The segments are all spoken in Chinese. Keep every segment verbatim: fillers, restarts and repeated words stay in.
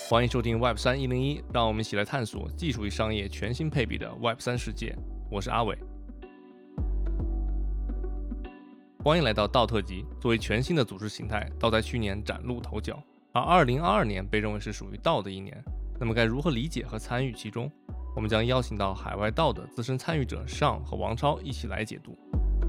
欢迎收听 Web 三一零一，让我们一起来探索技术与商业全新配比的 Web 三世界。我是阿伟。欢迎来到道特辑。作为全新的组织形态，道在去年崭露头角，而二零二二年被认为是属于道的一年。那么该如何理解和参与其中？我们将邀请到海外道的资深参与者尚和王超一起来解读。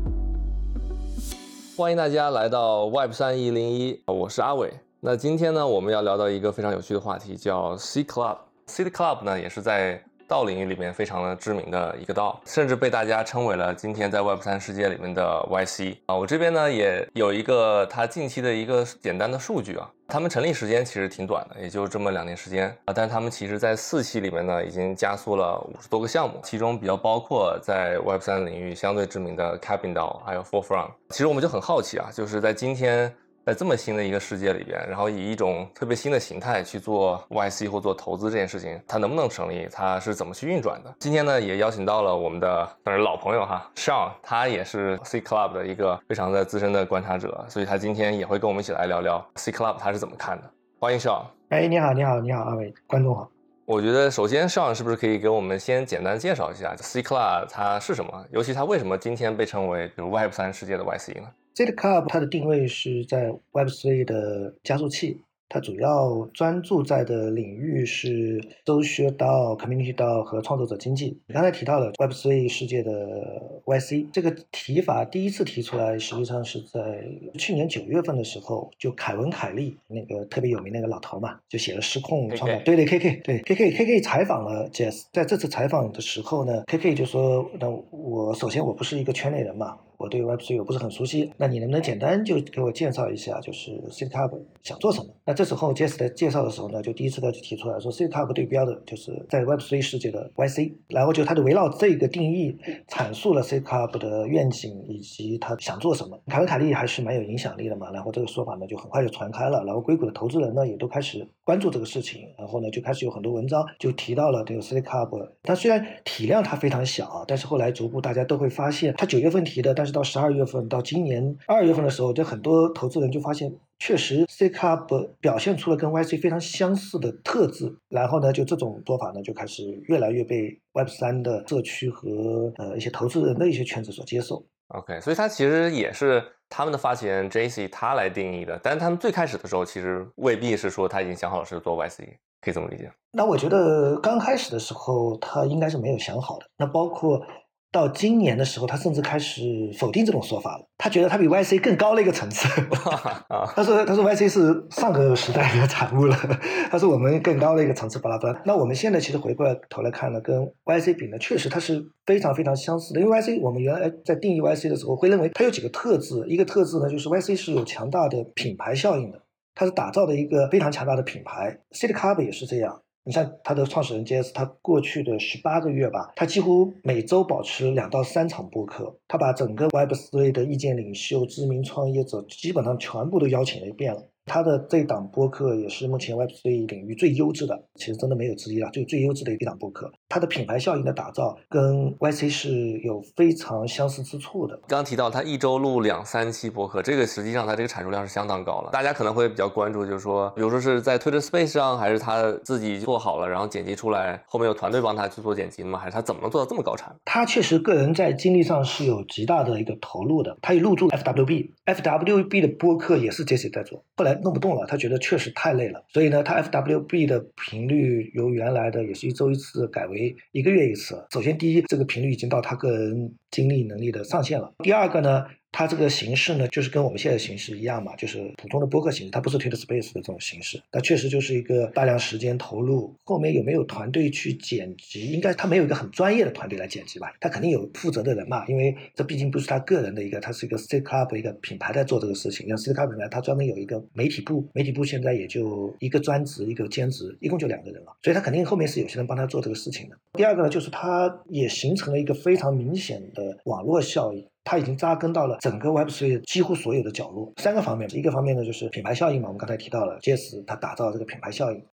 欢迎大家来到 Web 三一零一，我是阿伟。那今天呢，我们要聊到一个非常有趣的话题，叫 C Club。C Club 呢，也是在道领域里面非常的知名的一个道，甚至被大家称为了今天在 Web 三世界里面的 Y C 啊。我这边呢也有一个它近期的一个简单的数据啊，他们成立时间其实挺短的，也就这么两年时间啊，但是他们其实在四期里面呢已经加速了五十多个项目，其中比较包括在 Web 三领域相对知名的 Cabin 道还有 Forefront。其实我们就很好奇啊，就是在今天在这么新的一个世界里边，然后以一种特别新的形态去做 Y C 或做投资这件事情，它能不能成立，它是怎么去运转的。今天呢也邀请到了我们的算是老朋友哈 Sean， 他也是 C Club 的一个非常的资深的观察者，所以他今天也会跟我们一起来聊聊 C Club 他是怎么看的。欢迎 Sean。 哎，你好你好你好阿伟，观众好。 我觉得首先 Sean 是不是可以给我们先简单介绍一下 C Club 它是什么，尤其它为什么今天被称为比如 Web 三世界的 Y C 呢？ C Club 它的定位是在 Web 三 的加速器，它主要专注在的领域是 social 道、community 道和创作者经济。你刚才提到了 Web 三 世界的 Y C 这个提法第一次提出来，实际上是在去年九月份的时候，就凯文·凯利那个特别有名那个老头嘛，就写了失控创造，对对 K K 对 K K K K 采访了 Jess。 在这次采访的时候呢 ，K K 就说：“那我首先我不是一个圈内人嘛。”我对 Web 三 我不是很熟悉，那你能不能简单就给我介绍一下，就是 C Club 想做什么？那这时候 Jess 在介绍的时候呢，就第一次他就提出来说 ，C Club 对标的就是在 Web 三 世界的 Y C， 然后就他就围绕这个定义阐述了 C Club 的愿景以及他想做什么。凯文·凯利还是蛮有影响力的嘛，然后这个说法呢就很快就传开了，然后硅谷的投资人呢也都开始关注这个事情，然后呢就开始有很多文章就提到了这个 C Club。它虽然体量它非常小，但是后来逐步大家都会发现，他九月份提的，但是到十二月份到今年二月份的时候，就很多投资人就发现，确实 C Club 表现出了跟 Y C 非常相似的特质，然后呢，就这种说法呢，就开始越来越被 Web 三 的社区和呃一些投资人的一些圈子所接受。 OK， 所以它其实也是他们的发起人 J C 他来定义的，但是他们最开始的时候其实未必是说他已经想好了是做 Y C， 可以这么理解。 那我觉得刚开始的时候他应该是没有想好的，那包括到今年的时候，他甚至开始否定这种说法了。他觉得他比 Y C 更高了一个层次。他说：“他说 Y C 是上个时代的产物了。他说我们更高的一个层次，巴拉巴拉。那我们现在其实回过头来看呢，跟 Y C 比呢，确实它是非常非常相似的。因为 Y C 我们原来在定义 Y C 的时候，会认为它有几个特质。一个特质呢，就是 Y C 是有强大的品牌效应的，它是打造的一个非常强大的品牌。C Club 也是这样。”你像他的创始人 Jess， 他过去的十八个月吧，他几乎每周保持两到三场播客，他把整个 Web 三 的意见领袖、知名创业者基本上全部都邀请了一遍了。他的这档播客也是目前 Web 三 领域最优质的，其实真的没有之一了，最最优质的一档播客。他的品牌效应的打造跟 Y C 是有非常相似之处的。 刚刚提到他一周录两三期播客，这个实际上他这个产出量是相当高了。大家可能会比较关注，就是说，比如说是在 Twitter Space 上，还是他自己做好了，然后剪辑出来，后面有团队帮他去做剪辑吗？还是他怎么能做到这么高产？ 他确实个人在精力上是有极大的一个投入的。他也入驻 F W B，F W B 的播客也是 Jesse 在做，后来弄不动了，他觉得确实太累了，所以呢，他 F W B 的频率由原来的也是一周一次改为一个月一次。首先，第一，这个频率已经到他个人精力能力的上限了。第二个呢，它这个形式呢，就是跟我们现在的形式一样嘛，就是普通的播客形式，它不是 Twitter Space 的这种形式，它确实就是一个大量时间投入。后面有没有团队去剪辑？应该他没有一个很专业的团队来剪辑吧，他肯定有负责的人嘛，因为这毕竟不是他个人的一个，他是一个 C Club 一个品牌在做这个事情。像 C Club 品牌，他专门有一个媒体部，媒体部现在也就一个专职一个兼职，一共就两个人了，所以他肯定后面是有些人帮他做这个事情的。第二个呢，就是他也形成了一个非常明显的网络效应。它已经扎根到了整个 Web 三 几乎所有的角落。三个方面，一个方面呢就是品牌效应嘛，我们刚才提到了 Jess 他打造这个品牌效应。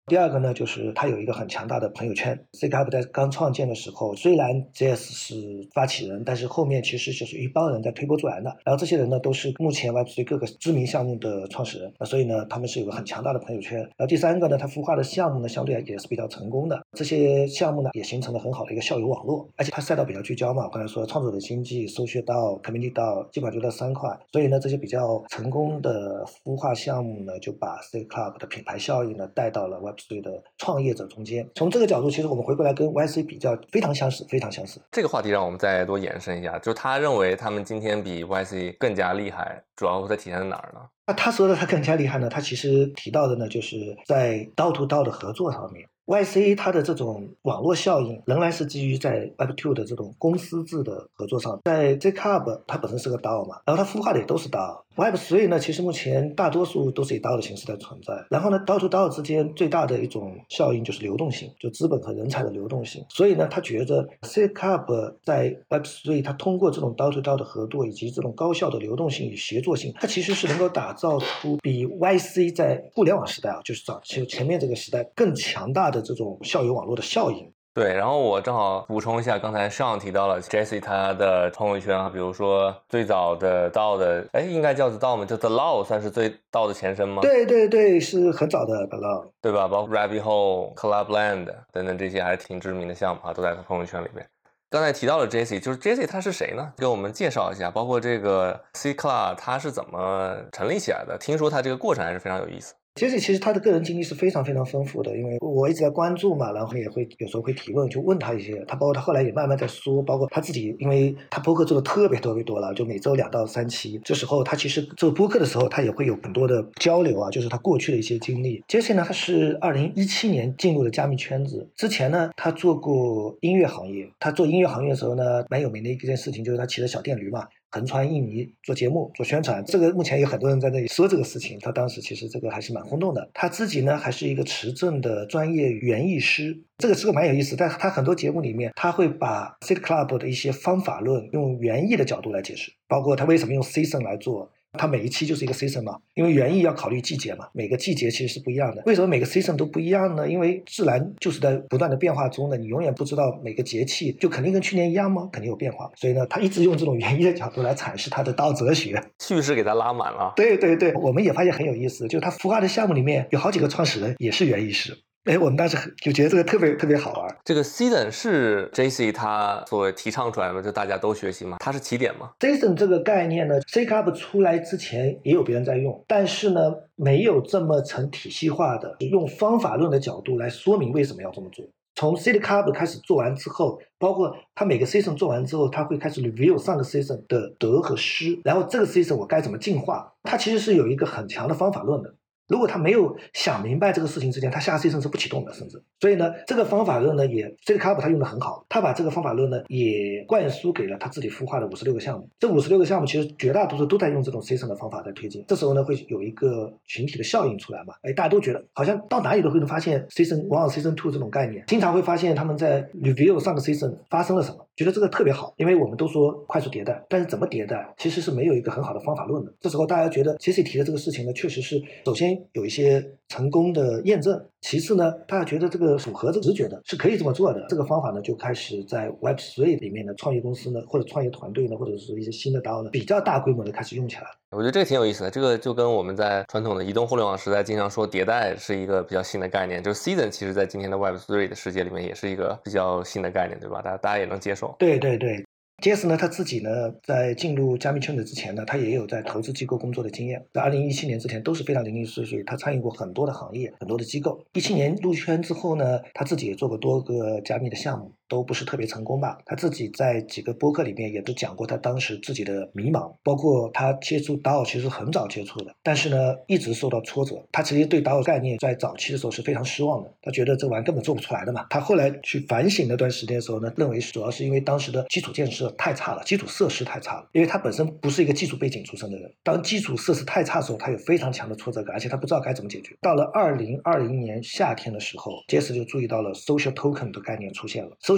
第二个呢，就是它有一个很强大的朋友圈。C Club 在刚创建的时候，虽然 J S 是发起人，但是后面其实就是一帮人在推波助澜的。然后这些人呢，都是目前 Web 三 各个知名项目的创始人，那所以呢，他们是有个很强大的朋友圈。然后第三个呢，它孵化的项目呢，相对也是比较成功的。这些项目呢，也形成了很好的一个校友网络，而且它赛道比较聚焦嘛。我刚才说创作者经济、social 道、community 道，基本上就这三块。所以呢，这些比较成功的孵化项目呢，就把 C Club 的品牌效应呢带到了 Web 三 的创业者中间。从这个角度，其实我们回过来跟 Y C 比较，非常相似，非常相似。 这个话题让我们再多延伸一下，就他认为他们今天比 Y C 更加厉害，主要在体现在哪儿呢？ 那他说的他更加厉害呢，他其实提到的呢，就是在道to道的合作上面。Y C 它的这种网络效应仍然是基于在 Web 二 的这种公司制的合作上，在 J Club 它本身是个 D A O 嘛，然后它孵化的也都是 D A O。Web 三 呢，其实目前大多数都是以 D A O 的形式在存在。然后呢 ，D A O to D A O 之间最大的一种效应就是流动性，就资本和人才的流动性。所以呢，他觉得 C Club 在 Web 三 它通过这种 D A O to D A O 的合作以及这种高效的流动性与协作性，它其实是能够打造出比 Y C 在互联网时代啊，就是早期前面这个时代更强大的这种校友网络的效应。 对，然后我正好补充一下，刚才上提到了 Jesse 他的朋友圈啊，比如说最早的 D A O 的，哎，应该叫 The D A O 吗？就 The Law 算是最 D A O 的前身吗？ 对对对，是很早的 The Law， 对吧？包括 Rabbit Hole、Clubland 等等这些还是挺知名的项目啊，都在他朋友圈里面。刚才提到了 Jesse， 就是 Jesse 他是谁呢？给我们介绍一下，包括这个 C Club 他是怎么成立起来的？听说他这个过程还是非常有意思。 Jesse 其实他的个人经历是非常非常丰富的，因为我一直在关注嘛，然后也会有时候会提问，就问他一些，他包括他后来也慢慢在说，包括他自己，因为他播客做的特别特别多了，就每周两到三期，这时候他其实做播客的时候，他也会有很多的交流啊，就是他过去的一些经历。Jesse 呢，他是二零一七年进入了加密圈子，之前呢，他做过音乐行业，他做音乐行业的时候呢，蛮有名的一件事情就是他骑着小电驴嘛。横穿印尼做节目做宣传，这个目前有很多人在那里说这个事情，他当时其实这个还是蛮轰动的。他自己呢还是一个持证的专业园艺师，这个是个蛮有意思，在他很多节目里面，他会把 City Club 的一些方法论用园艺的角度来解释，包括他为什么用 season 来做。它每一期就是一个 season 嘛，因为园艺要考虑季节嘛，每个季节其实是不一样的。为什么每个 season 都不一样呢？因为自然就是在不断的变化中的，你永远不知道每个节气就肯定跟去年一样吗？肯定有变化。所以呢，他一直用这种园艺的角度来阐释他的道哲学， 叙事给他拉满了。 对对对，我们也发现很有意思，就是他孵化的项目里面有好几个创始人也是园艺师。哎，我们当时就觉得这个特别特别好玩。 这个 season 是 J C 他所提倡出来的，就大家都学习吗？它是起点吗 ？season 这个概念呢 ，C Club 出来之前也有别人在用，但是呢，没有这么成体系化的，用方法论的角度来说明为什么要这么做。从 City Club 开始做完之后，包括他每个 season 做完之后，他会开始 review 上个 season 的得和失，然后这个 season 我该怎么进化，它其实是有一个很强的方法论的。如果他没有想明白这个事情之前，他下 season 是不启动的，甚至所以呢，这个方法论呢，也 City Club 他用的很好，他把这个方法论呢也灌输给了他自己孵化的五十六个项目。这五十六个项目其实绝大多数都在用这种 season 的方法在推进。这时候呢，会有一个群体的效应出来嘛？哎，大家都觉得好像到哪里都会能发现 season one、season two 这种概念，经常会发现他们在 review 上个 season 发生了什么，觉得这个特别好，因为我们都说快速迭代，但是怎么迭代其实是没有一个很好的方法论的。这时候大家觉得 J C 提的这个事情呢，确实是首先有一些成功的验证，其次呢，大家觉得这个符合这个直觉的，是可以这么做的。这个方法呢，就开始在 Web 三 里面的创业公司呢，或者创业团队呢，或者是一些新的 D A O 呢，比较大规模的开始用起来了。 我觉得这个挺有意思的，这个就跟我们在传统的移动互联网时代经常说迭代是一个比较新的概念，就是 season 其实在今天的 Web 三 的世界里面也是一个比较新的概念，对吧？大家大家也能接受。 对对对。Jesse 呢，他自己呢，在进入加密圈子之前呢，他也有在投资机构工作的经验。在二零一七年之前都是非常零零碎碎，他参与过很多的行业、很多的机构。一七年入圈之后呢，他自己也做过多个加密的项目，都不是特别成功吧。他自己在几个播客里面也都讲过他当时自己的迷茫，包括他接触 D A O 其实很早接触的，但是呢，一直受到挫折。他其实对 D A O 概念在早期的时候是非常失望的，他觉得这玩意根本做不出来的嘛。他后来去反省那段时间的时候呢，认为主要是因为当时的基础建设太差了，基础设施太差了，因为他本身不是一个技术背景出身的人，当基础设施太差的时候，他有非常强的挫折感，而且他不知道该怎么解决。到了二零二零年夏天的时候， Jesse 就注意到了 social token 的概念出现了。social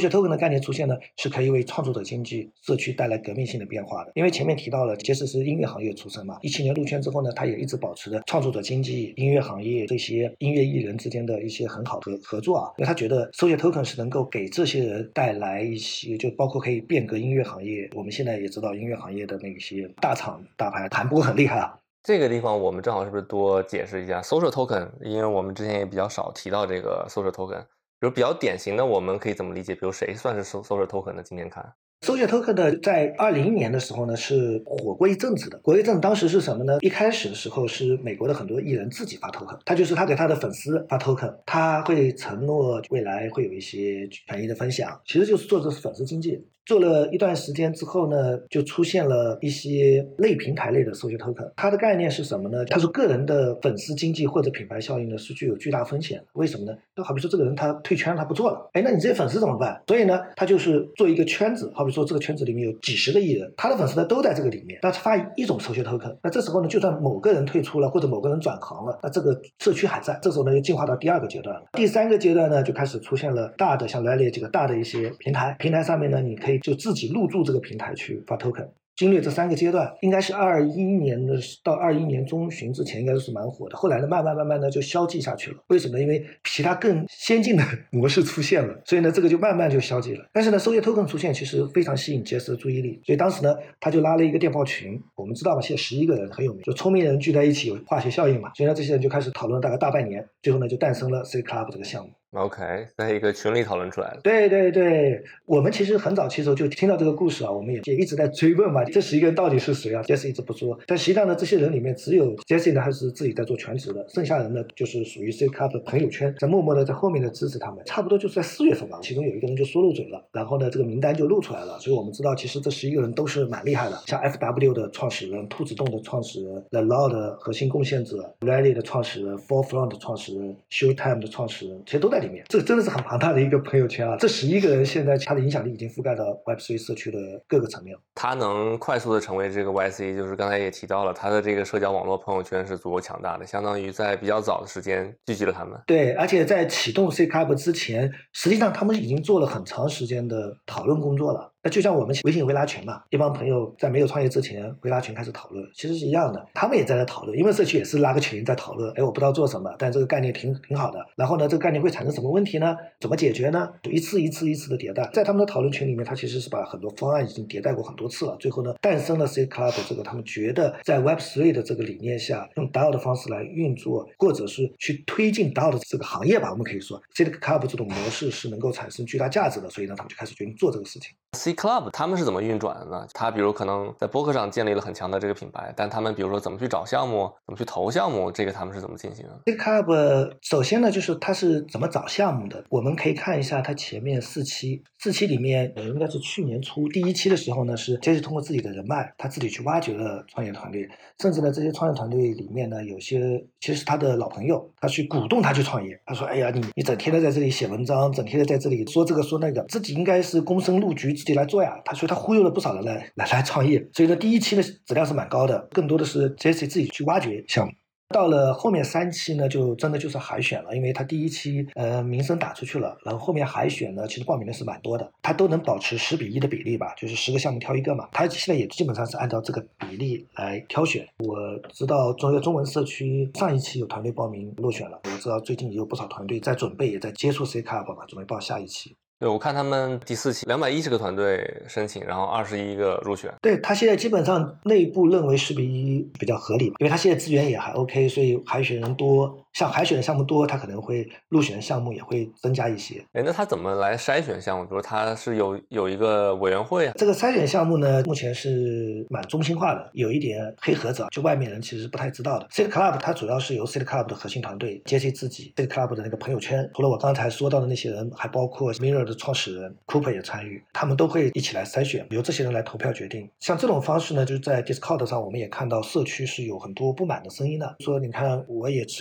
social token 的概念出现呢，是可以为创作者经济社区带来革命性的变化的。因为前面提到了，杰斯是音乐行业出身嘛，一七年入圈之后呢，他也一直保持着创作者经济、音乐行业这些音乐艺人之间的一些很好的合作啊，因为他觉得 social token 是能够给这些人带来一些，就包括可以变革音乐行业。我们现在也知道音乐行业的那些大厂大牌韩波很厉害啊。 这个地方我们正好是不是多解释一下 social token， 因为我们之前也比较少提到这个 social token， 比如比较典型的我们可以怎么理解，比如谁算是 social token 的？今天看 social token 呢，在二零年的时候呢，是火过一阵子的。火过一阵当时是什么呢？一开始的时候是美国的很多艺人自己发 token， 他就是他给他的粉丝发 token， 他会承诺未来会有一些权益的分享，其实就是做的是粉丝经济。做了一段时间之后呢，就出现了一些类平台类的 social token。它的概念是什么呢？它是个人的粉丝经济或者品牌效应呢，是具有巨大风险的。为什么呢？就好比说这个人他退圈，他不做了，哎，那你这些粉丝怎么办？所以呢，他就是做一个圈子，好比说这个圈子里面有几十个艺人，他的粉丝呢都在这个里面，那发一种 social token。那这时候呢，就算某个人退出了或者某个人转行了，那这个社区还在。这时候呢，就进化到第二个阶段了。第三个阶段呢，就开始出现了大的像 Rally 这个大的一些平台，平台上面呢，你可以就自己入驻这个平台去发 token。经历这三个阶段，应该是二一年的到二一年中旬之前，应该是蛮火的。后来呢，慢慢慢慢的就消寂下去了。为什么呢？因为其他更先进的模式出现了，所以呢，这个就慢慢就消寂了。但是呢，social token 出现其实非常吸引杰斯的注意力，所以当时呢，他就拉了一个电报群。我们知道嘛，现在十一个人很有名，就聪明人聚在一起有化学效应嘛，所以呢，这些人就开始讨论大概大半年，最后呢，就诞生了 City Club 这个项目。 OK， 在一个群里讨论出来的。 对对对，我们其实很早期的时候就听到这个故事啊，我们也也一直在追问嘛，这十一个人到底是谁啊 ？Jesse 一直不说，但实际上呢，这些人里面只有 Jesse 呢还是自己在做全职的，剩下人呢就是属于 City Club 的朋友圈，在默默的在后面的支持他们。差不多就是在四月份吧，其中有一个人就说漏嘴了，然后呢，这个名单就露出来了，所以我们知道其实这十一个人都是蛮厉害的，像 F W 的创始人、兔子洞的创始人、The Law 的核心贡献者、Rally 的创始人、Forefront 的创始人、Showtime 的创始人，其实都在里面。这个真的是很庞大的一个朋友圈啊！这十一个人现在他的影响力已经覆盖到 Web 三 社区的各个层面。 他能快速的成为这个 Y C， 就是刚才也提到了，他的这个社交网络朋友圈是足够强大的，相当于在比较早的时间聚集了他们。 对，而且在启动 City Club 之前，实际上他们已经做了很长时间的讨论工作了。那就像我们微信会拉群嘛，一帮朋友在没有创业之前会拉群开始讨论，其实是一样的，他们也在那讨论，因为社区也是拉个群在讨论，哎，我不知道做什么，但这个概念挺挺好的。然后呢，这个概念会产生什么问题呢？怎么解决呢？就一次一次一次的迭代，在他们的讨论群里面，他其实是把很多方案已经迭代过很多次了，最后呢，诞生了 City Club 这个他们觉得在 Web 三 的这个理念下，用 D A O 的方式来运作，或者是去推进 D A O 的这个行业吧，我们可以说 City Club 这种模式是能够产生巨大价值的，所以呢，他们就开始决定做这个事情。 C Club 他们是怎么运转的呢？他比如可能在播客上建立了很强的这个品牌，但他们比如说怎么去找项目，怎么去投项目，这个他们是怎么进行的 ？C Club 首先呢，就是它是怎么找项目的？我们可以看一下它前面四期，四期里面呃应该是去年初第一期的时候呢，是杰西通过自己的人脉，他自己去挖掘了创业团队，甚至呢这些创业团队里面呢，有些其实是他的老朋友，他去鼓动他去创业。他说：“哎呀，你你整天的在这里写文章，整天的在这里说这个说那个，自己应该是躬身入局。”自己来做呀，他说他忽悠了不少人来来来创业，所以呢，第一期的质量是蛮高的，更多的是 Jesse 自己去挖掘项目。到了后面三期呢，就真的就是海选了，因为他第一期呃名声打出去了，然后后面海选呢，其实报名的是蛮多的，他都能保持十比一的比例吧，就是十个项目挑一个嘛，他现在也基本上是按照这个比例来挑选。我知道中中文社区上一期有团队报名落选了，我知道最近也有不少团队在准备，也在接触 City Club 吧，准备报下一期。 对，我看他们第四期两百一十个团队申请，然后二十一个入选。 对，他现在基本上内部认为十比一比较合理，因为他现在资源也还 OK， 所以海选人多，像海选的项目多，他可能会入选的项目也会增加一些。 哎，那他怎么来筛选项目？比如他是有有一个委员会啊？ 这个筛选项目呢，目前是蛮中心化的，有一点黑盒子，就外面人其实不太知道的。City Club 它主要是由 City Club 的核心团队，Jesse 自己 City Club 的那个朋友圈，除了我刚才说到的那些人，还包括 Mirror 的创始人 Cooper 也参与，他们都会一起来筛选，由这些人来投票决定。像这种方式呢，就是在 Discord 上我们也看到社区是有很多不满的声音的，说你看我也持有 token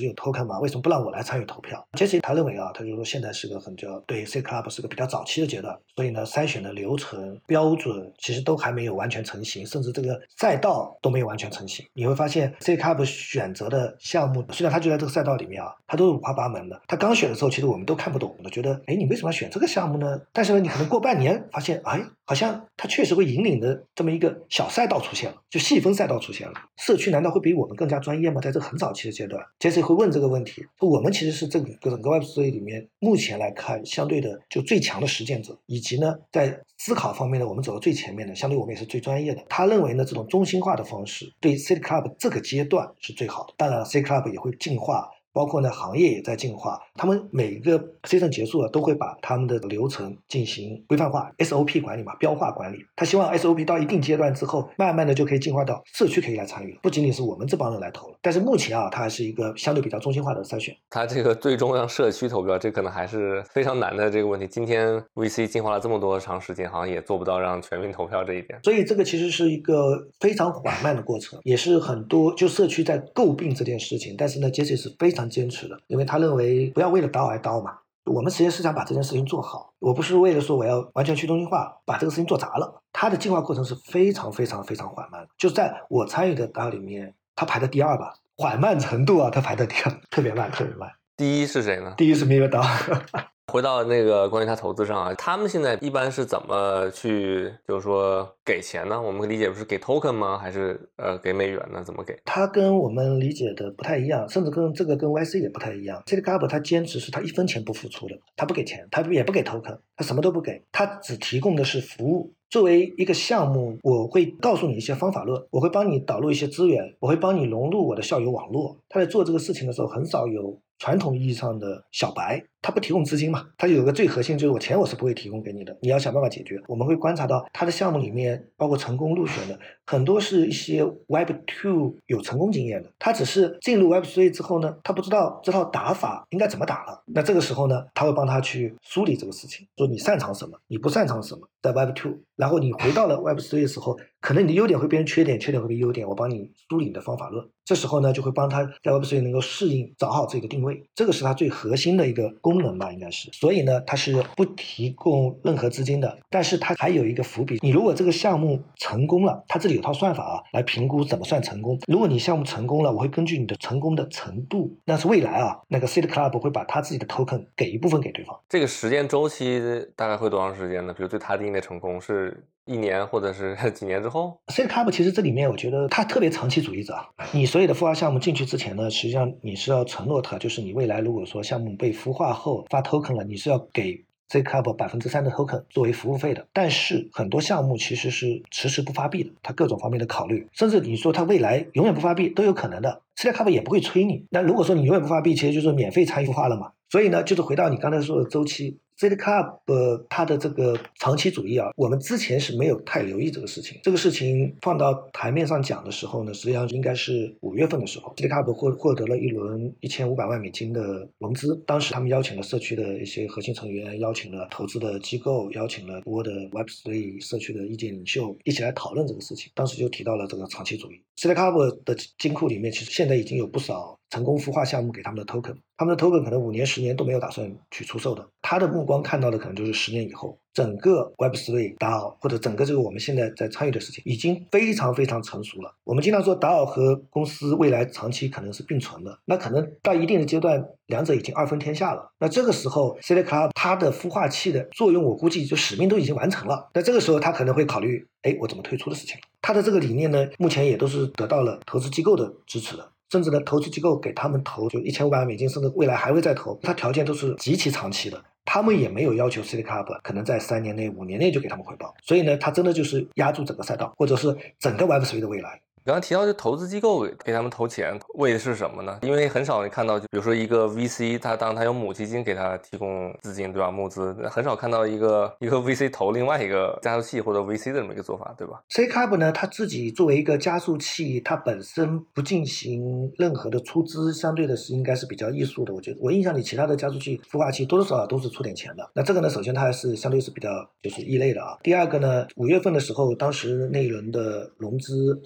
token 嘛，为什么不让我来参与投票？杰西他认为啊，他就说现在是个很叫对 C Club 是个比较早期的阶段，所以呢，筛选的流程标准其实都还没有完全成型，甚至这个赛道都没有完全成型。你会发现 C Club 选择的项目，虽然他就在这个赛道里面啊，他都是五花八门的。他刚选的时候，其实我们都看不懂的，觉得哎，你为什么要选这个项目呢？但是呢，你可能过半年发现，哎，好像它确实会引领的这么一个小赛道出现了，就细分赛道出现了。社区难道会比我们更加专业吗？在这个很早期的阶段，杰西会问这个问题。我们其实是这个整个 Web 三 里面目前来看相对的就最强的实践者，以及呢在思考方面呢我们走到最前面的，相对我们也是最专业的。他认为呢这种中心化的方式对 City Club 这个阶段是最好的。当然 City Club 也会进化，包括呢行业也在进化，他们每一个 season 结束了都会把他们的流程进行规范化 S O P 管理嘛，标化管理。他希望 S O P 到一定阶段之后，慢慢的就可以进化到社区可以来参与了，不仅仅是我们这帮人来投了。但是目前啊，它还是一个相对比较中心化的筛选。 它这个最终让社区投标，这可能还是非常难的这个问题。今天 V C 进化了这么多长时间，好像也做不到让全民投票这一点。 所以这个其实是一个非常缓慢的过程，也是很多就社区在诟病这件事情。但是呢 Jesse 是非常坚持的，因为他认为不要为了刀而刀嘛。我们实验室想把这件事情做好，我不是为了说我要完全去中心化把这个事情做砸了。它的进化过程是非常非常非常缓慢的，就在我参与的DAO里面，它排在第二吧，缓慢程度啊，它排在第二，特别慢，特别慢。 第一是谁呢？ 第一是 MirrorDAO。 回到那个关于他投资上啊，他们现在一般是怎么去，就是说给钱呢？我们理解是给 token 吗？还是呃给美元呢？怎么给？ 它跟我们理解的不太一样，甚至跟这个跟 Y C 也不太一样。City Club 它坚持是它一分钱不付出的，它不给钱，它也不给 token， 它什么都不给，它只提供的是服务。作为一个项目，我会告诉你一些方法论，我会帮你导入一些资源，我会帮你融入我的校友网络。他在做这个事情的时候，很少有传统意义上的小白，他不提供资金嘛，他有个最核心就是我钱我是不会提供给你的，你要想办法解决。我们会观察到他的项目里面，包括成功入选的很多是一些 Web 二 有成功经验的，他只是进入 Web 三 之后呢，他不知道这套打法应该怎么打了。那这个时候呢，他会帮他去梳理这个事情，说你擅长什么，你不擅长什么，在 Web 二，然后你回到了 Web 三 的时候，可能你的优点会变成缺点，缺点会变优点，我帮你梳理你的方法论。这时候呢，就会帮他在 Web 三 能够适应，找好自己的定位，这个是他最核心的一个功能吧，应该是。所以呢，它是不提供任何资金的，但是它还有一个伏笔，你如果这个项目成功了，它这里有套算法啊，来评估怎么算成功。如果你项目成功了，我会根据你的成功的程度，那是未来啊，那个 City Club 会把他自己的 token 给一部分给对方。 这个时间周期大概会多长时间呢？比如对他定义的成功是一年或者是几年之后？ City Club 其实这里面我觉得他特别长期主义者，你所有的孵化项目进去之前呢，实际上你是要承诺他，就是你未来如果说项目被孵化后发 token 了，你是要给City Club 百分之三的 token 作为服务费的。但是很多项目其实是迟迟不发币的，它各种方面的考虑，甚至你说它未来永远不发币都有可能的。City Club 也不会催你。那如果说你永远不发币，其实就是免费参与孵化了嘛。所以呢，就是回到你刚才说的周期。City Club 呃，它的这个长期主义啊，我们之前是没有太留意这个事情。这个事情放到台面上讲的时候呢，实际上应该是五月份的时候 ，City Club 获获得了一轮一千五百万美金的融资。当时他们邀请了社区的一些核心成员，邀请了投资的机构，邀请了多的 Web 三 社区的意见领袖，一起来讨论这个事情。当时就提到了这个长期主义。City Club 的金库里面，其实现在已经有不少成功孵化项目给他们的 token， 他们的 token 可能五年、十年都没有打算去出售的。他的目光看到的可能就是十年以后，整个 Web 三 DAO 或者整个这个我们现在在参与的事情已经非常非常成熟了。我们经常说 DAO 和公司未来长期可能是并存的，那可能到一定的阶段，两者已经二分天下了。那这个时候 City Club 它的孵化器的作用，我估计就使命都已经完成了。那这个时候他可能会考虑，哎，我怎么退出的事情。他的这个理念呢，目前也都是得到了投资机构的支持的。甚至呢，投资机构给他们投就一千五百万美金，甚至未来还会再投，它条件都是极其长期的。他们也没有要求 City Club 可能在三年内、五年内就给他们回报，所以呢，它真的就是压住整个赛道，或者是整个 Web 三 的未来。 刚刚提到就投资机构给他们投钱，为的是什么呢？因为很少你看到，就比如说一个 V C， 他当他有母基金给他提供资金，对吧？募资，很少看到一个一个 V C 投另外一个加速器或者 V C 的这么一个做法，对吧 ？City Club 呢，它自己作为一个加速器，它本身不进行任何的出资，相对的是应该是比较艺术的。我觉得我印象里，其他的加速器、孵化器多多少少都是出点钱的。那这个呢，首先它还是相对是比较就是异类的啊。第二个呢，五月份的时候，当时那一轮的融资官宣之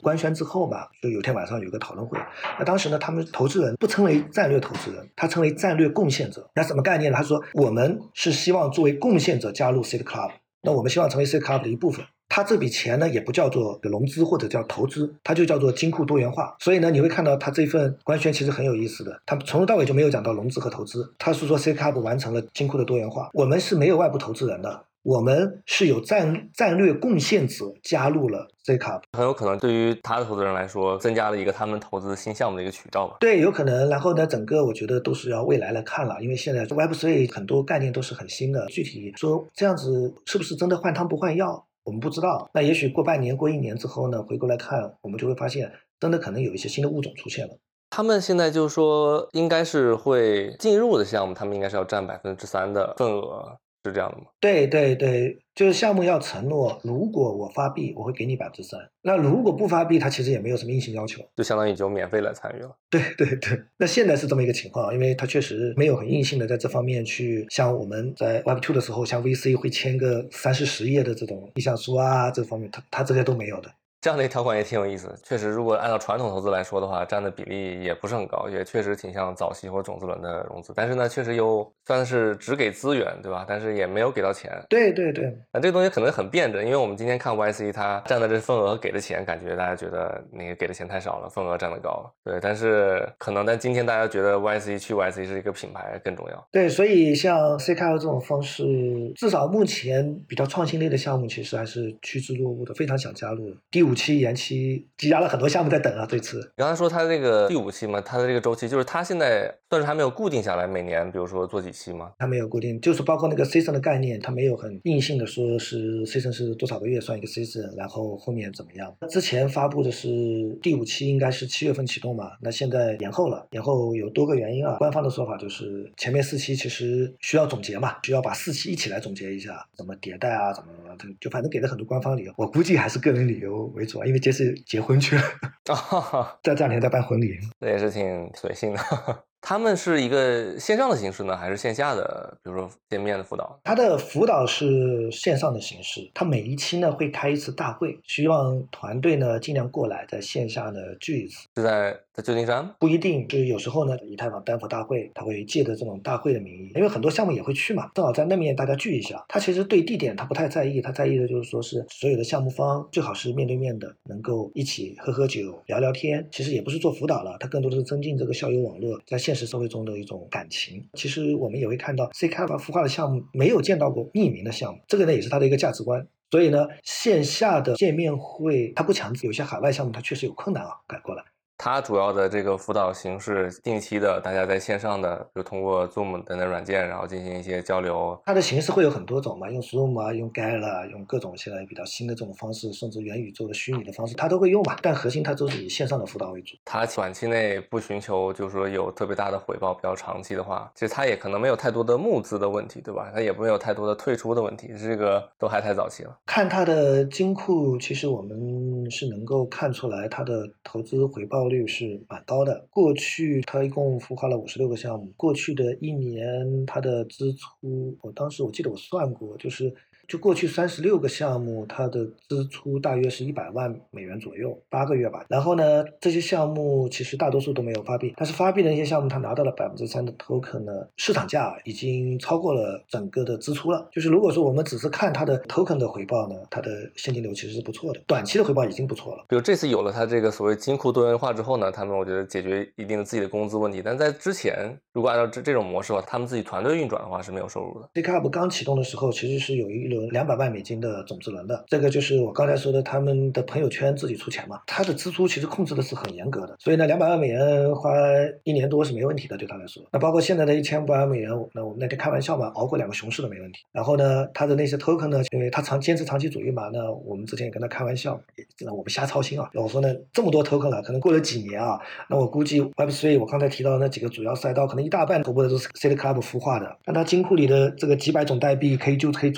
后嘛，就有天晚上有个讨论会，那当时呢，他们投资人不称为战略投资人，他称为战略贡献者。那什么概念呢？他说我们是希望作为贡献者加入 Seed Club， 那我们希望成为 Seed Club 的一部分。它这笔钱呢，也不叫做融资或者叫投资，它就叫做金库多元化。所以呢，你会看到它这份官宣其实很有意思的，它从头到尾就没有讲到融资和投资，它是说 Seed Club 完成了金库的多元化。我们是没有外部投资人的，我们是有战战略贡献者加入了 Seed Club， 很有可能对于他的投资人来说，增加了一个他们投资新项目的一个渠道吧。 对，有可能。然后呢，整个我觉得都是要未来来看了，因为现在 Web 三 很多概念都是很新的，具体说这样子是不是真的换汤不换药，我们不知道。那也许过半年、过一年之后呢，回过来看，我们就会发现，真的可能有一些新的物种出现了。 他们现在就是说，应该是会进入的项目，他们应该是要占百分之三的份额，是这样的吗？ 对对对，就是项目要承诺，如果我发币，我会给你百分之三。那如果不发币，它其实也没有什么硬性要求， 就相当于就免费来参与了。 对对对，那现在是这么一个情况，因为它确实没有很硬性的在这方面去，像我们在 Web 二 的时候，像 V C 会签个三四十页的这种意向书啊，这方面它它这些都没有的。 这样的一条款也挺有意思的，确实，如果按照传统投资来说的话，占的比例也不是很高，也确实挺像早期或种子轮的融资，但是呢，确实又算是只给资源，对吧？但是也没有给到钱。 对对对， 那这个东西可能很辩证，因为我们今天看 Y C 它占的这份额给的钱，感觉大家觉得那个给的钱太少了，份额占的高了，对。但是可能在今天大家觉得 Y C 去 Y C 是一个品牌更重要。 对，所以像 C K L 这种方式，至少目前比较创新类的项目，其实还是趋之若鹜的，非常想加入。第五期延期，积压了很多项目在等啊，这次。 你刚才说它这个第五期嘛，它的这个周期就是它现在算是还没有固定下来，每年比如说做几期吗？ 它没有固定，就是包括那个 season 的概念，它没有很硬性的说是 season 是多少个月算一个 season， 然后后面怎么样。之前发布的是第五期应该是七月份启动嘛，那现在延后了，延后有多个原因啊。官方的说法就是前面四期其实需要总结嘛，需要把四期一起来总结一下，怎么迭代啊，怎么就反正给了很多官方理由。我估计还是个人理由为主啊，因为这次结婚去了，在这两天在办婚礼， 这也是挺随性的。他们是一个线上的形式呢，还是线下的，比如说见面的辅导？ 它的辅导是线上的形式，它每一期呢会开一次大会，希望团队呢尽量过来，在线下呢聚一次。 是在在旧金山？ 不一定，是有时候呢，以太坊丹佛大会，他会借着这种大会的名义，因为很多项目也会去嘛，正好在那面大家聚一下。他其实对地点他不太在意，他在意的就是说是所有的项目方最好是面对面的，能够一起喝喝酒、聊聊天。其实也不是做辅导了，他更多的是增进这个校友网络在现实社会中的一种感情。其实我们也会看到 C K L 孵化的项目没有见到过匿名的项目，这个呢也是他的一个价值观。所以呢，线下的见面会他不强制，有些海外项目他确实有困难啊，改过来。 它主要的这个辅导形式，定期的，大家在线上的，比如通过 Zoom 等等软件，然后进行一些交流。 它的形式会有很多种嘛，用 Zoom 啊，用 Gala， 用各种现在比较新的这种方式，甚至元宇宙的虚拟的方式，它都会用嘛。但核心它都是以线上的辅导为主。 它短期内不寻求就是说有特别大的回报，比较长期的话，其实它也可能没有太多的募资的问题，对吧？它也没有太多的退出的问题，这个都还太早期了。 看它的金库，其实我们是能够看出来它的投资回报率是蛮高的。过去它一共孵化了五十六个项目，过去的一年它的支出，我当时我记得我算过，就是就过去三十六个项目，它的支出大约是一百万美元左右，八个月吧。然后呢，这些项目其实大多数都没有发币，但是发币的那些项目，它拿到了百分之三的 token 呢，市场价已经超过了整个的支出了。就是如果说我们只是看它的 token 的回报呢，它的现金流其实是不错的，短期的回报已经不错了。 比如这次有了它这个所谓金库多元化之后呢，他们我觉得解决一定的自己的工资问题，但在之前如果按照这这种模式的话，他们自己团队运转的话是没有收入的。 C K L 刚启动的时候，其实是有一轮两百万美金的种子轮的，这个就是我刚才说的他们的朋友圈自己出钱嘛，他的支出其实控制的是很严格的，所以呢，两百万美元花一年多是没问题的，对他来说。那包括现在的一千五百万美元，那我们那天开玩笑嘛，熬过两个熊市都没问题。然后呢，他的那些 token 呢，因为他长坚持长期主义嘛，那我们之前也跟他开玩笑，也我们瞎操心啊。我说呢，这么多 token 了，可能过了几年啊，那我估计 Web 三 我刚才提到的那几个主要赛道，可能一大半头部的都是 Seed Club 孵化的。那它金库里的这个几百种代币，可以就可以做一个 Web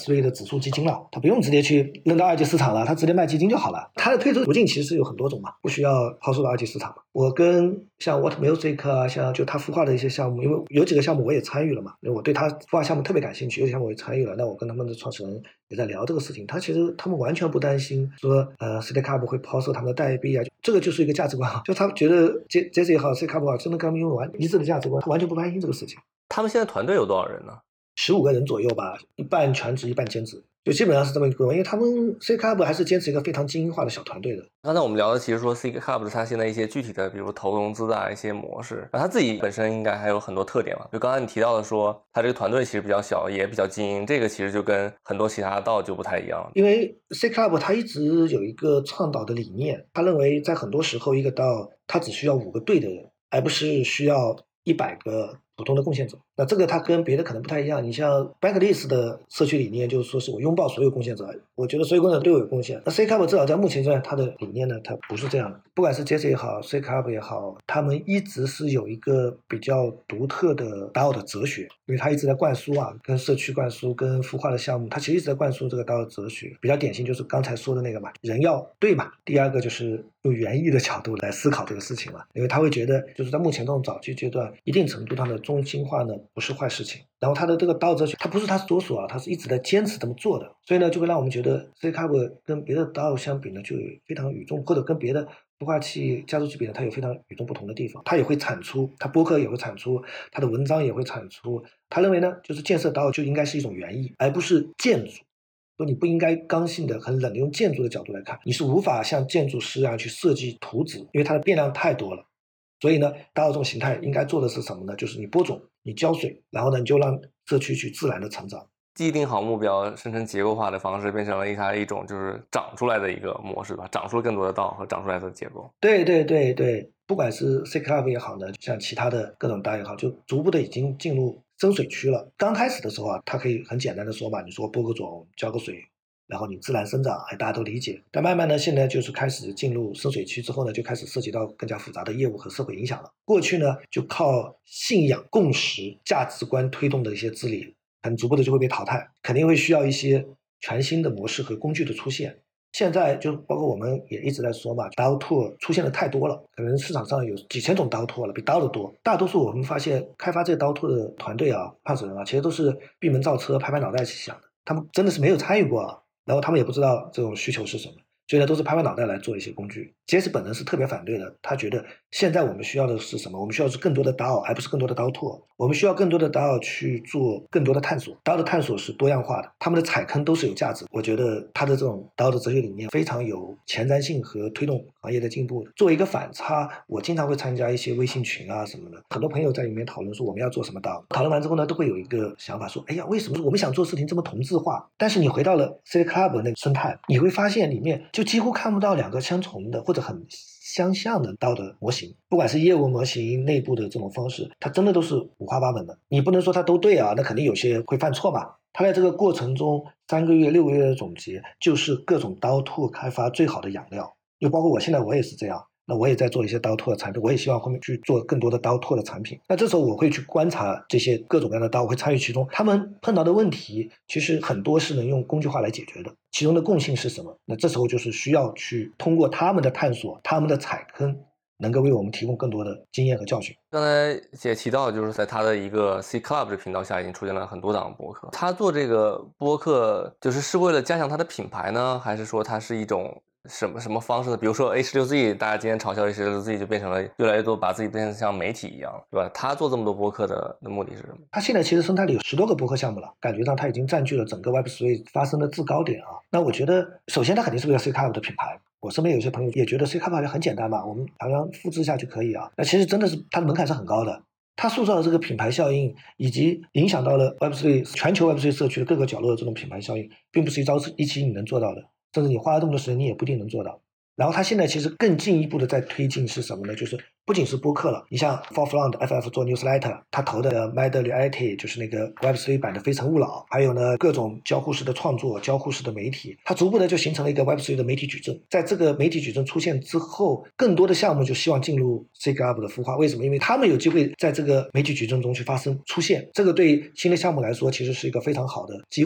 三 的指数基金了，它不用直接去扔到二级市场了，它直接卖基金就好了。它的推出途径其实是有很多种嘛，不需要抛售到二级市场嘛。我跟像 What Music 啊，像就他孵化的一些项目，因为有几个项目我也参与了嘛，因为我对他孵化项目特别感兴趣，有些项目我也参与了，那我跟他们的创始人也在聊这个事情。他其实他们完全不担心说呃 C D Cup 会抛售他们的代币啊，这个就是一个价值观，就他们觉得 J J 也好 C Cup 好，真的跟他们拥有完一致的价值观，他完全不担心这个事情。 他们现在团队有多少人呢？ 十五个人左右吧，一半全职一半兼职，就基本上是这么一个规模。因为他们 C Cup 还是坚持一个非常精英化的小团队的。 刚才我们聊的其实说 C Cup 的它现在一些具体的比如投融资的一些模式，它自己本身应该还有很多特点嘛。就刚才你提到的说它这个团队其实比较小也比较精英，这个其实就跟很多其他的道就不太一样。 因为 C Cup 它一直有一个倡导的理念，他认为在很多时候一个道它只需要五个对的人，而不是需要一百个普通的贡献者。那这个它跟别的可能不太一样，你像 Backlist 的社区理念就是说是我拥抱所有贡献者，我觉得所有贡献者对我有贡献。那 C Cup 至少在目前阶段它的理念呢，它不是这样的。不管是 J S 也好 C Cup 也好，他们一直是有一个比较独特的 D A O 的哲学，因为他一直在灌输啊，跟社区灌输，跟孵化的项目，他其实一直在灌输这个 D A O 的哲学。比较典型就是刚才说的那个嘛，人要对嘛。第二个就是用园艺的角度来思考这个事情嘛，因为他会觉得就是在目前这种早期阶段，一定程度上的中心化呢不是坏事情。然后他的这个 D A O 哲学，他不是他所说啊，他是一直在坚持这么做的，所以呢就会让我们觉得 C Cup 跟别的 D A O 相比呢，就有非常与众，或者跟别的孵化器加速器比呢，它有非常与众不同的地方。它也会产出，它播客也会产出，它的文章也会产出。他认为呢，就是建设 D A O 就应该是一种园艺，而不是建筑。说你不应该刚性的很冷的用建筑的角度来看，你是无法像建筑师啊去设计图纸，因为它的变量太多了。所以呢 D A O 这种形态应该做的是什么呢？就是你播种，你浇水，然后呢你就让社区去自然的成长。 既定好目标，生成结构化的方式，变成了它一种就是长出来的一个模式吧，长出了更多的道和长出来的结构。 对对对对，不管是 C Club 也好呢，像其他的各种大也好，就逐步的已经进入深水区了。刚开始的时候啊，它可以很简单的说嘛，你说播个种，浇个水，然后你自然生长，哎，大家都理解。但慢慢呢，现在就是开始进入深水区之后呢，就开始涉及到更加复杂的业务和社会影响了。过去呢，就靠信仰、共识、价值观推动的一些治理，很逐步的就会被淘汰，肯定会需要一些全新的模式和工具的出现。现在就包括我们也一直在说嘛 ，D A O Tool 出现的太多了，可能市场上有几千种 D A O Tool 了，比 D A O 的多。大多数我们发现开发这个 D A O Tool 的团队啊、创始人啊，其实都是闭门造车、拍拍脑袋去想的，他们真的是没有参与过啊，然后他们也不知道这种需求是什么。所以呢，都是拍拍脑袋来做一些工具。J S 本人是特别反对的，他觉得现在我们需要的是什么？我们需要的是更多的 D A O， 而不是更多的 D A O Tool。我们需要更多的 D A O 去做更多的探索。D A O 的探索是多样化的，他们的踩坑都是有价值。我觉得他的这种 D A O 的哲学理念非常有前瞻性和推动行业的进步的。作为一个反差，我经常会参加一些微信群啊什么的，很多朋友在里面讨论说我们要做什么 D A O。讨论完之后呢，都会有一个想法说，哎呀，为什么我们想做事情这么同质化？但是你回到了 C Club 那个生态，你会发现里面就几乎看不到两个相重的或者很相像的 D A O 的模型，不管是业务模型内部的这种方式，它真的都是五花八门的。你不能说它都对啊，那肯定有些会犯错嘛。它在这个过程中三个月六个月的总结，就是各种 D A O Tool 开发最好的养料。就包括我现在我也是这样，那我也在做一些 D A O Tool 的产品，我也希望后面去做更多的 D A O Tool 的产品。那这时候我会去观察这些各种各样的 D A O， 我会参与其中，他们碰到的问题其实很多是能用工具化来解决的，其中的共性是什么？那这时候就是需要去通过他们的探索，他们的踩坑，能够为我们提供更多的经验和教训。 刚才也提到，就是在他的一个 C Club 这频道下，已经出现了很多档播客。他做这个播客，就是是为了加强他的品牌呢，还是说它是一种什么什么方式呢？比如说 A 十六 Z， 大家今天嘲笑 A 十六 Z 就变成了越来越多把自己变成像媒体一样，对吧？他做这么多播客的的目的是什么？ 他现在其实生态里有十多个播客项目了，感觉上他已经占据了整个 Web 三 发生的制高点啊。那我觉得，首先他肯定是为了 C Club 的品牌。我身边有些朋友也觉得 C Club 好像很简单嘛，我们好像复制下去可以啊。那其实真的是它的门槛是很高的。它塑造的这个品牌效应，以及影响到了 Web 三 全球 Web 三 社区的各个角落的这种品牌效应，并不是一朝一夕你能做到的，甚至你花了这么多时间，你也不一定能做到。然后它现在其实更进一步的在推进是什么呢？就是不仅是播客了，你像 Forefront F F 做 Newsletter， 他投的 Medality 就是那个 Web 三 版的非诚勿扰，还有呢各种交互式的创作、交互式的媒体，它逐步的就形成了一个 Web 三 的媒体矩阵。在这个媒体矩阵出现之后，更多的项目就希望进入 C Club 的孵化。为什么？因为他们有机会在这个媒体矩阵中去发生出现，这个对新的项目来说其实是一个非常好的机会嘛。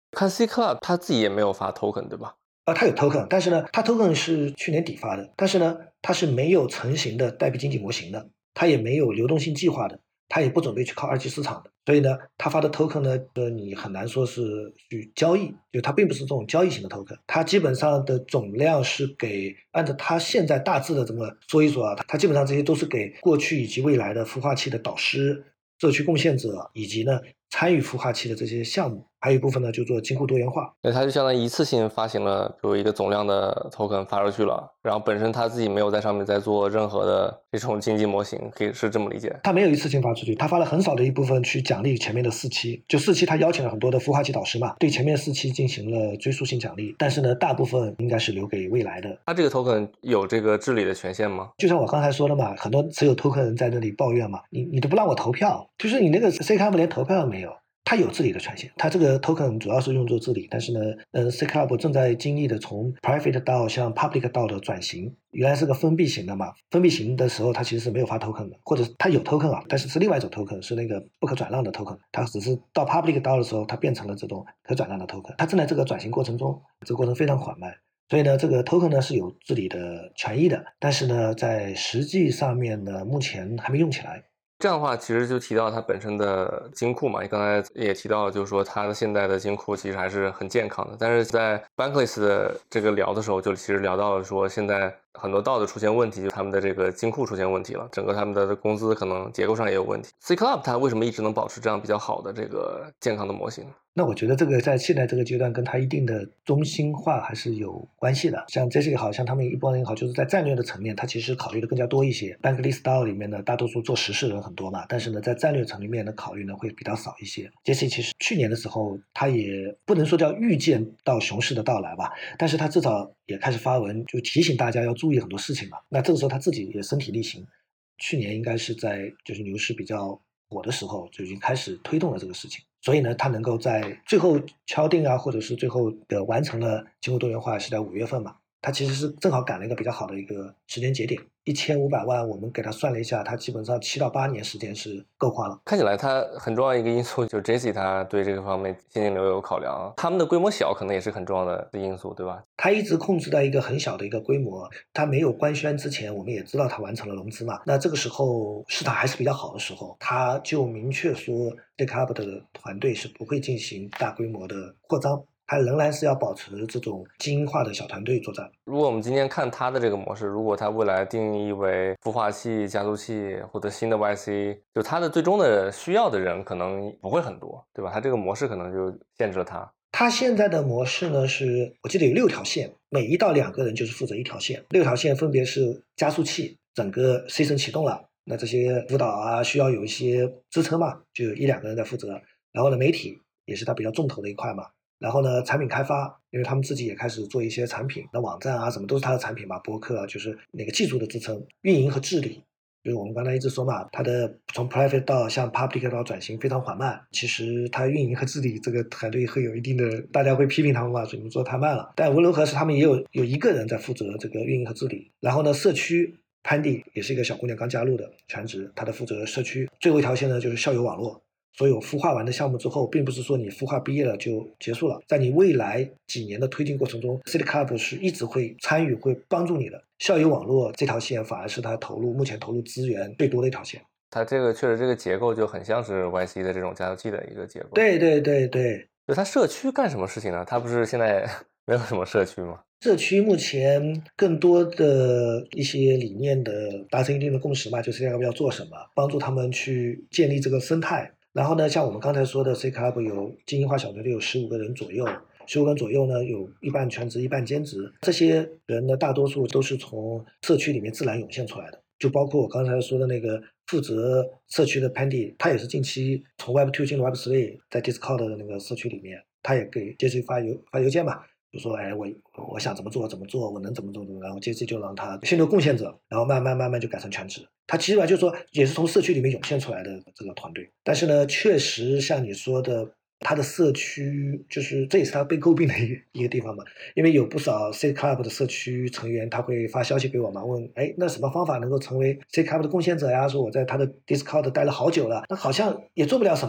看 C Club 他自己也没有发 token 对吧？ 啊，它有 token， 但是呢，它 token 是去年底发的，但是呢，它是没有成型的代币经济模型的，它也没有流动性计划的，它也不准备去靠二级市场的，所以呢，它发的 token 呢，呃，你很难说是去交易，就它并不是这种交易型的 token， 它基本上的总量是给按照它现在大致的这么说一说啊，它基本上这些都是给过去以及未来的孵化器的导师、社区贡献者以及呢参与孵化器的这些项目，还有一部分呢就做金库多元化。 那它就相当于一次性发行了，比如一个总量的 token 发出去了，然后本身它自己没有在上面再做任何的这种经济模型，可以是这么理解？ 它没有一次性发出去，它发了很少的一部分去奖励前面的四期，就四期它邀请了很多的孵化器导师嘛，对前面四期进行了追溯性奖励，但是呢，大部分应该是留给未来的。 它这个 token 有这个治理的权限吗？ 就像我刚才说的嘛，很多持有 token 人在那里抱怨嘛，你你都不让我投票，就是你那个 C Club 连投票都没有。它有治理的权限，它这个 token 主要是用作治理，但是呢，呃 ，C Club 正在经历的从 private 到向 public 到的转型，原来是个封闭型的嘛，封闭型的时候它其实是没有发 token 的，或者它有 token 啊，但是是另外一种 token， 是那个不可转让的 token， 它只是到 public 到的时候，它变成了这种可转让的 token， 它正在这个转型过程中，这个过程非常缓慢。所以呢，这个 token 呢是有治理的权益的，但是呢，在实际上面呢，目前还没用起来。 这样的话，其实就提到它本身的金库嘛，你刚才也提到，就是说它的现在的金库其实还是很健康的。但是在 Bankless 的这个聊的时候，就其实聊到了说，现在很多 D A O 的出现问题，就他们的这个金库出现问题了，整个他们的工资可能结构上也有问题。C Club 它为什么一直能保持这样比较好的这个健康的模型？ 那我觉得这个在现在这个阶段跟它一定的中心化还是有关系的。像这些也好像他们一帮人也好，就是在战略的层面，它其实考虑的更加多一些。Bankless D A O 里面呢，大多数做实事人很多嘛，但是呢，在战略层面的考虑呢会比较少一些。杰西其实去年的时候，他也不能说叫预见到熊市的到来吧，但是他至少也开始发文，就提醒大家要注意很多事情嘛。那这个时候他自己也身体力行，去年应该是在就是牛市比较火的时候就已经开始推动了这个事情。所以呢，他能够在最后敲定啊，或者是最后的完成了金库多元化是在五月份嘛，他其实是正好赶了一个比较好的一个时间节点。一千五百万，我们给他算了一下，他基本上七到八年时间是够花了。 看起来它很重要一个因素就是 J C 他对这个方面现金流有考量，他们的规模小可能也是很重要的因素，对吧？ 他一直控制在一个很小的一个规模，他没有官宣之前，我们也知道他完成了融资嘛。那这个时候市场还是比较好的时候，他就明确说 C Club 的团队是不会进行大规模的扩张。它仍然是要保持这种精英化的小团队作战。 如果我们今天看它的这个模式，如果它未来定义为孵化器、加速器或者新的 Y C， 就它的最终的需要的人可能不会很多，对吧？它这个模式可能就限制了它。 它现在的模式呢是，我记得有六条线，每一到两个人就是负责一条线。六条线分别是加速器，整个 C 层启动了，那这些辅导啊需要有一些支撑嘛，就有一两个人在负责。然后呢，媒体也是它比较重头的一块嘛。然后呢，产品开发，因为他们自己也开始做一些产品，那网站啊什么都是它的产品嘛，博客啊，就是那个技术的支撑，运营和治理。就是我们刚才一直说嘛，它的从 private 到向 public 到转型非常缓慢。其实它运营和治理这个团队会有一定的，大家会批评他们嘛，说你们做太慢了。但无论如何是他们也有有一个人在负责这个运营和治理。然后呢，社区Pandy也是一个小姑娘刚加入的全职，她的负责社区。最后一条线呢就是校友网络。所有孵化完的项目之后，并不是说你孵化毕业了就结束了，在你未来几年的推进过程中 ，C Club 是一直会参与、会帮助你的。校友网络这条线反而是它投入目前投入资源最多的一条线。 它这个确实这个结构就很像是 Y C 的这种加速器的一个结构。 对对对对。 就它社区干什么事情呢？它不是现在没有什么社区吗？ 社区目前更多的一些理念的达成一定的共识嘛，就是要要做什么，帮助他们去建立这个生态。然后呢，像我们刚才说的 C Club 有精英化小团队有十五个人左右，十五个人左右呢，有一半全职一半兼职。这些人呢，大多数都是从社区里面自然涌现出来的，就包括我刚才说的那个负责社区的 Pandy， 他也是近期从 Web 二 进入 Web 三，在 Discord 的那个社区里面，他也给 J C 发邮发邮件嘛。就说哎，我我想怎么做怎么做，我能怎么做怎么，然后 J C 就让他先留贡献者，然后慢慢慢慢就改成全职。他基本上就是说也是从社区里面涌现出来的这个团队。但是呢，确实像你说的，他的社区就是这也是他被诟病的一个一个地方嘛，因为有不少 C Club 的社区成员他会发消息给我嘛，问哎那什么方法能够成为 C Club 的贡献者呀？说我在他的 Discord 待了好久了，那好像也做不了什么。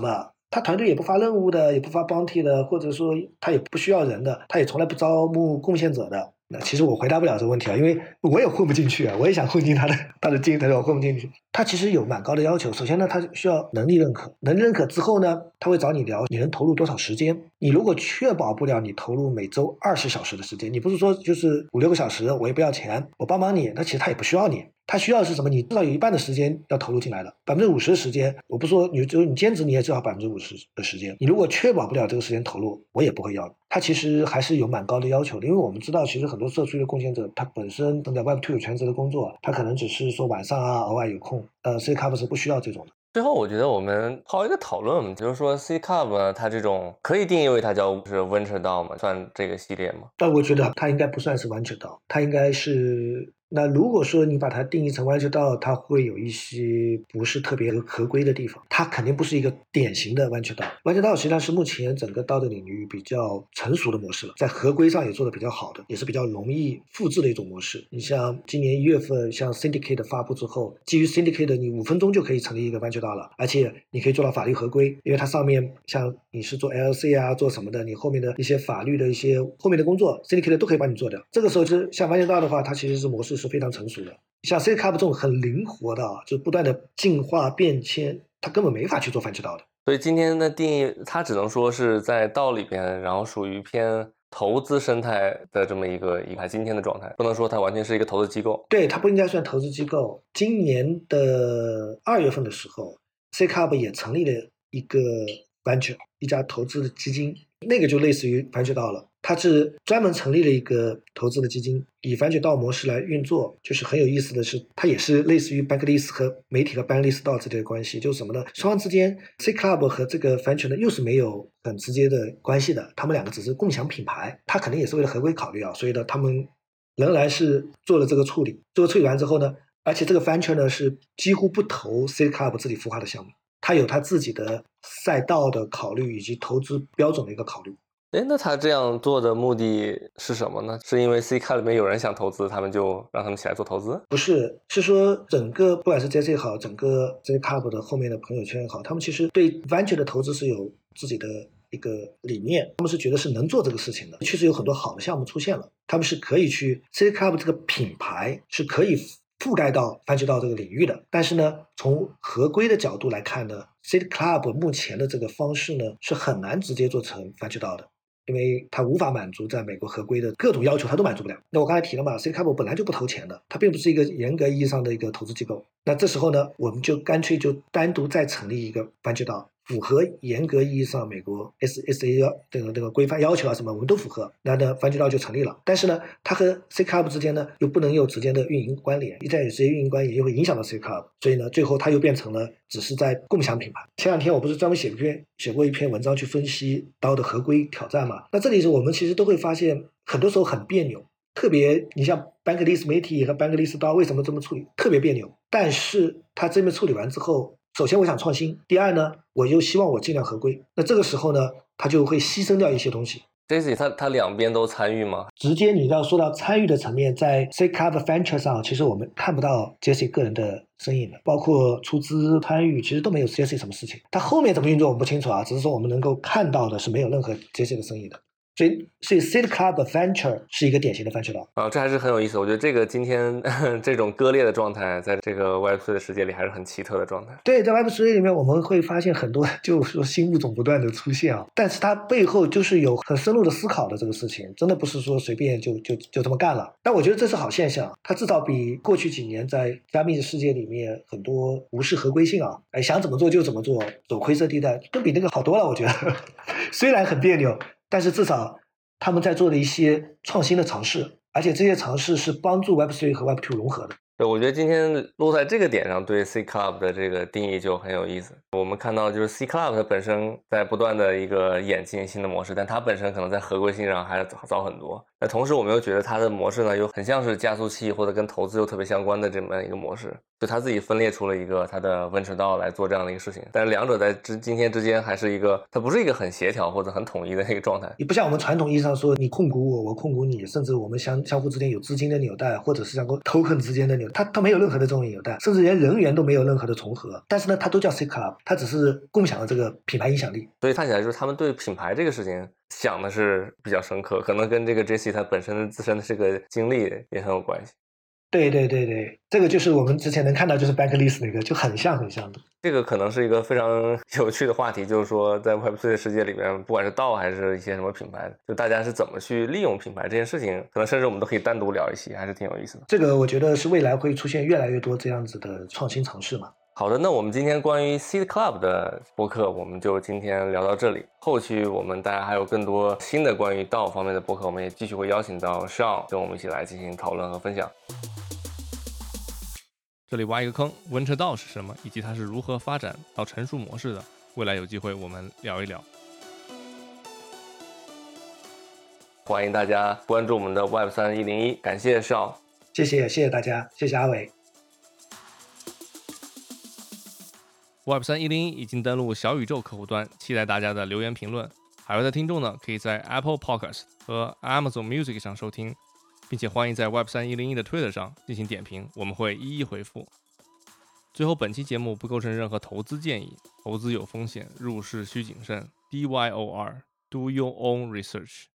他团队也不发任务的，也不发 bounty 的，或者说他也不需要人的，他也从来不招募贡献者的。那其实我回答不了这个问题啊，因为我也混不进去啊，我也想混进他的他的 team，但是我混不进去。他其实有蛮高的要求，首先呢，他需要能力认可，能力认可之后呢，他会找你聊你能投入多少时间。你如果确保不了你投入每周二十小时的时间，你不是说就是五六个小时我也不要钱，我帮忙你，那其实他也不需要你。他需要的是什么？你至少有一半的时间要投入进来的，百分之五十的时间，我不说你只有你兼职你也至少百分之五十的时间。你如果确保不了这个时间投入，我也不会要。他其实还是有蛮高的要求的，因为我们知道，其实很多社区的贡献者，他本身在 Web 二 有全职的工作，他可能只是说晚上啊额外有空，呃 C Club 是不需要这种的。 最后，我觉得我们抛一个讨论，比如说 C Club 呢，它这种可以定义为它叫是 Venture D A O 吗？算这个系列吗？ 但我觉得它应该不算是 Venture D A O，它应该是。那如果说你把它定义成 Venture D A O，它会有一些不是特别合规的地方，它肯定不是一个典型的 Venture D A O。Venture D A O 实际上是目前整个 D A O 的领域比较成熟的模式了，在合规上也做得比较好的，也是比较容易复制的一种模式。你像今年一月份，像 Syndicate 发布之后，基于 Syndicate 你五分钟就可以成立一个 Venture D A O 了，而且你可以做到法律合规，因为它上面像你是做 L L C 啊，做什么的，你后面的一些法律的一些后面的工作 ，Syndicate 都可以帮你做掉。这个时候就像 Venture D A O 的话，它其实是模式是非常成熟的。像 C Club 这种很灵活的，就不断的进化变迁，它根本没法去做 Venture D A O 的。 所以今天的定义，它只能说是在 D A O 里边，然后属于偏投资生态的这么一个一个今天的状态，不能说它完全是一个投资机构。 对，它不应该算投资机构。今年的二月份的时候 ，C Club 也成立了一个 Venture， 一家投资的基金，那个就类似于 Venture D A O 了。它是专门成立了一个投资的基金，以 Venture D A O 模式来运作。就是很有意思的是，它也是类似于 Bankless 和媒体和 Bankless D A O 之间的关系，就是什么呢？双方之间 C Club 和这个 Venture 呢又是没有很直接的关系的，他们两个只是共享品牌。它肯定也是为了合规考虑啊，所以呢，他们仍然是做了这个处理。做了处理完之后呢，而且这个 Venture 呢是几乎不投 C Club 自己孵化的项目，它有它自己的赛道的考虑以及投资标准的一个考虑。 哎，那他这样做的目的是什么呢？是因为 C Club 里面有人想投资，他们就让他们起来做投资？ 不是，是说整个不管是 J C 也好，整个 C Club 的后面的朋友圈也好，他们其实对 Venture 的投资是有自己的一个理念，他们是觉得是能做这个事情的。确实有很多好的项目出现了，他们是可以去 C Club 这个品牌是可以覆盖到 Venture D A O 这个领域的。但是呢，从合规的角度来看呢 ，C Club 目前的这个方式呢是很难直接做成 Venture D A O 的。因为它无法满足在美国合规的各种要求，它都满足不了。那我刚才提了嘛 ，C Club 本来就不投钱的，它并不是一个严格意义上的一个投资机构。那这时候呢，我们就干脆就单独再成立一个 Venture D A O，符合严格意义上美国 S S A 这个这个规范要求啊什么，我们都符合。那呢 Venture D A O 就成立了。但是呢，它和 C Club 之间呢又不能有直接的运营关联，一旦有直接运营关联，又会影响到 C Club， 所以呢，最后它又变成了只是在共享品牌。前两天我不是专门写篇写过一篇文章去分析 D A O 的合规挑战嘛？那这里是我们其实都会发现，很多时候很别扭。特别你像 Bankless 媒体和 Bankless D A O 为什么这么处理，特别别扭。但是它这么处理完之后，首先我想创新，第二呢，我又希望我尽量合规。那这个时候呢，它就会牺牲掉一些东西。 J C 他他两边都参与吗？ 直接你要说到参与的层面，在 C Club Venture 上，其实我们看不到 Jesse 个人的身影的，包括出资参与，其实都没有 Jesse 什么事情。他后面怎么运作我们不清楚啊，只是说我们能够看到的是没有任何 Jesse 的身影的。所以，所以 C Club Venture 是一个典型的 Venture D A O 啊，这还是很有意思。我觉得这个今天这种割裂的状态，在这个 Web 三 的世界里还是很奇特的状态。 对，在 Web 三 里面，我们会发现很多，就是说新物种不断的出现啊，但是它背后就是有很深入的思考的这个事情，真的不是说随便就就就这么干了。但我觉得这是好现象，它至少比过去几年在加密的世界里面很多无视合规性啊，哎想怎么做就怎么做，走灰色地带，都比那个好多了。我觉得虽然很别扭，但是至少他们在做的一些创新的尝试，而且这些尝试是帮助 Web 三 和 Web 二 融合的。 对，我觉得今天落在这个点上，对 C Club 的这个定义就很有意思。我们看到就是 C Club 它本身在不断的一个演进新的模式，但它本身可能在合规性上还是早早很多。 那同时我们又觉得它的模式呢又很像是加速器或者跟投资又特别相关的这么一个模式，就他自己分裂出了一个他的 venture 道来做这样的一个事情，但是两者在之今天之间还是一个，它不是一个很协调或者很统一的一个状态。 也不像我们传统意义上说你控股我我控股你，甚至我们相相互之间有资金的纽带，或者是像 token 之间的纽带，它它没有任何的这种纽带，甚至连人员都没有任何的重合，但是呢它都叫 C Club， 它只是共享了这个品牌影响力。 所以看起来就是他们对品牌这个事情想的是比较深刻，可能跟这个 J C 他本身自身的这个经历也很有关系。 对对对对，这个就是我们之前能看到就是 Backlist 那个就很像很像的。 这个可能是一个非常有趣的话题，就是说在 Web 三 的世界里面，不管是道还是一些什么品牌，就大家是怎么去利用品牌这件事情，可能甚至我们都可以单独聊一期，还是挺有意思的。 这个我觉得是未来会出现越来越多这样子的创新尝试嘛。 好的，那我们今天关于 Seed Club 的播客，我们就今天聊到这里。后续我们大家还有更多新的关于道方面的播客，我们也继续会邀请到 Sean 跟我们一起来进行讨论和分享。这里挖一个坑，温车道是什么，以及它是如何发展到成熟模式的，未来有机会我们聊一聊。欢迎大家关注我们的 Web 三 一零一，感谢 Sean， 谢谢谢谢大家，谢谢阿伟。 Web 三 一零一已经登录小宇宙客户端，期待大家的留言评论。海外的听众呢，可以在 Apple Podcast 和 Amazon Music 上收听，并且欢迎在 Web 三 一零一的 Twitter 上进行点评，我们会一一回复。最后，本期节目不构成任何投资建议，投资有风险，入市需谨慎。D Y O R Do your own research。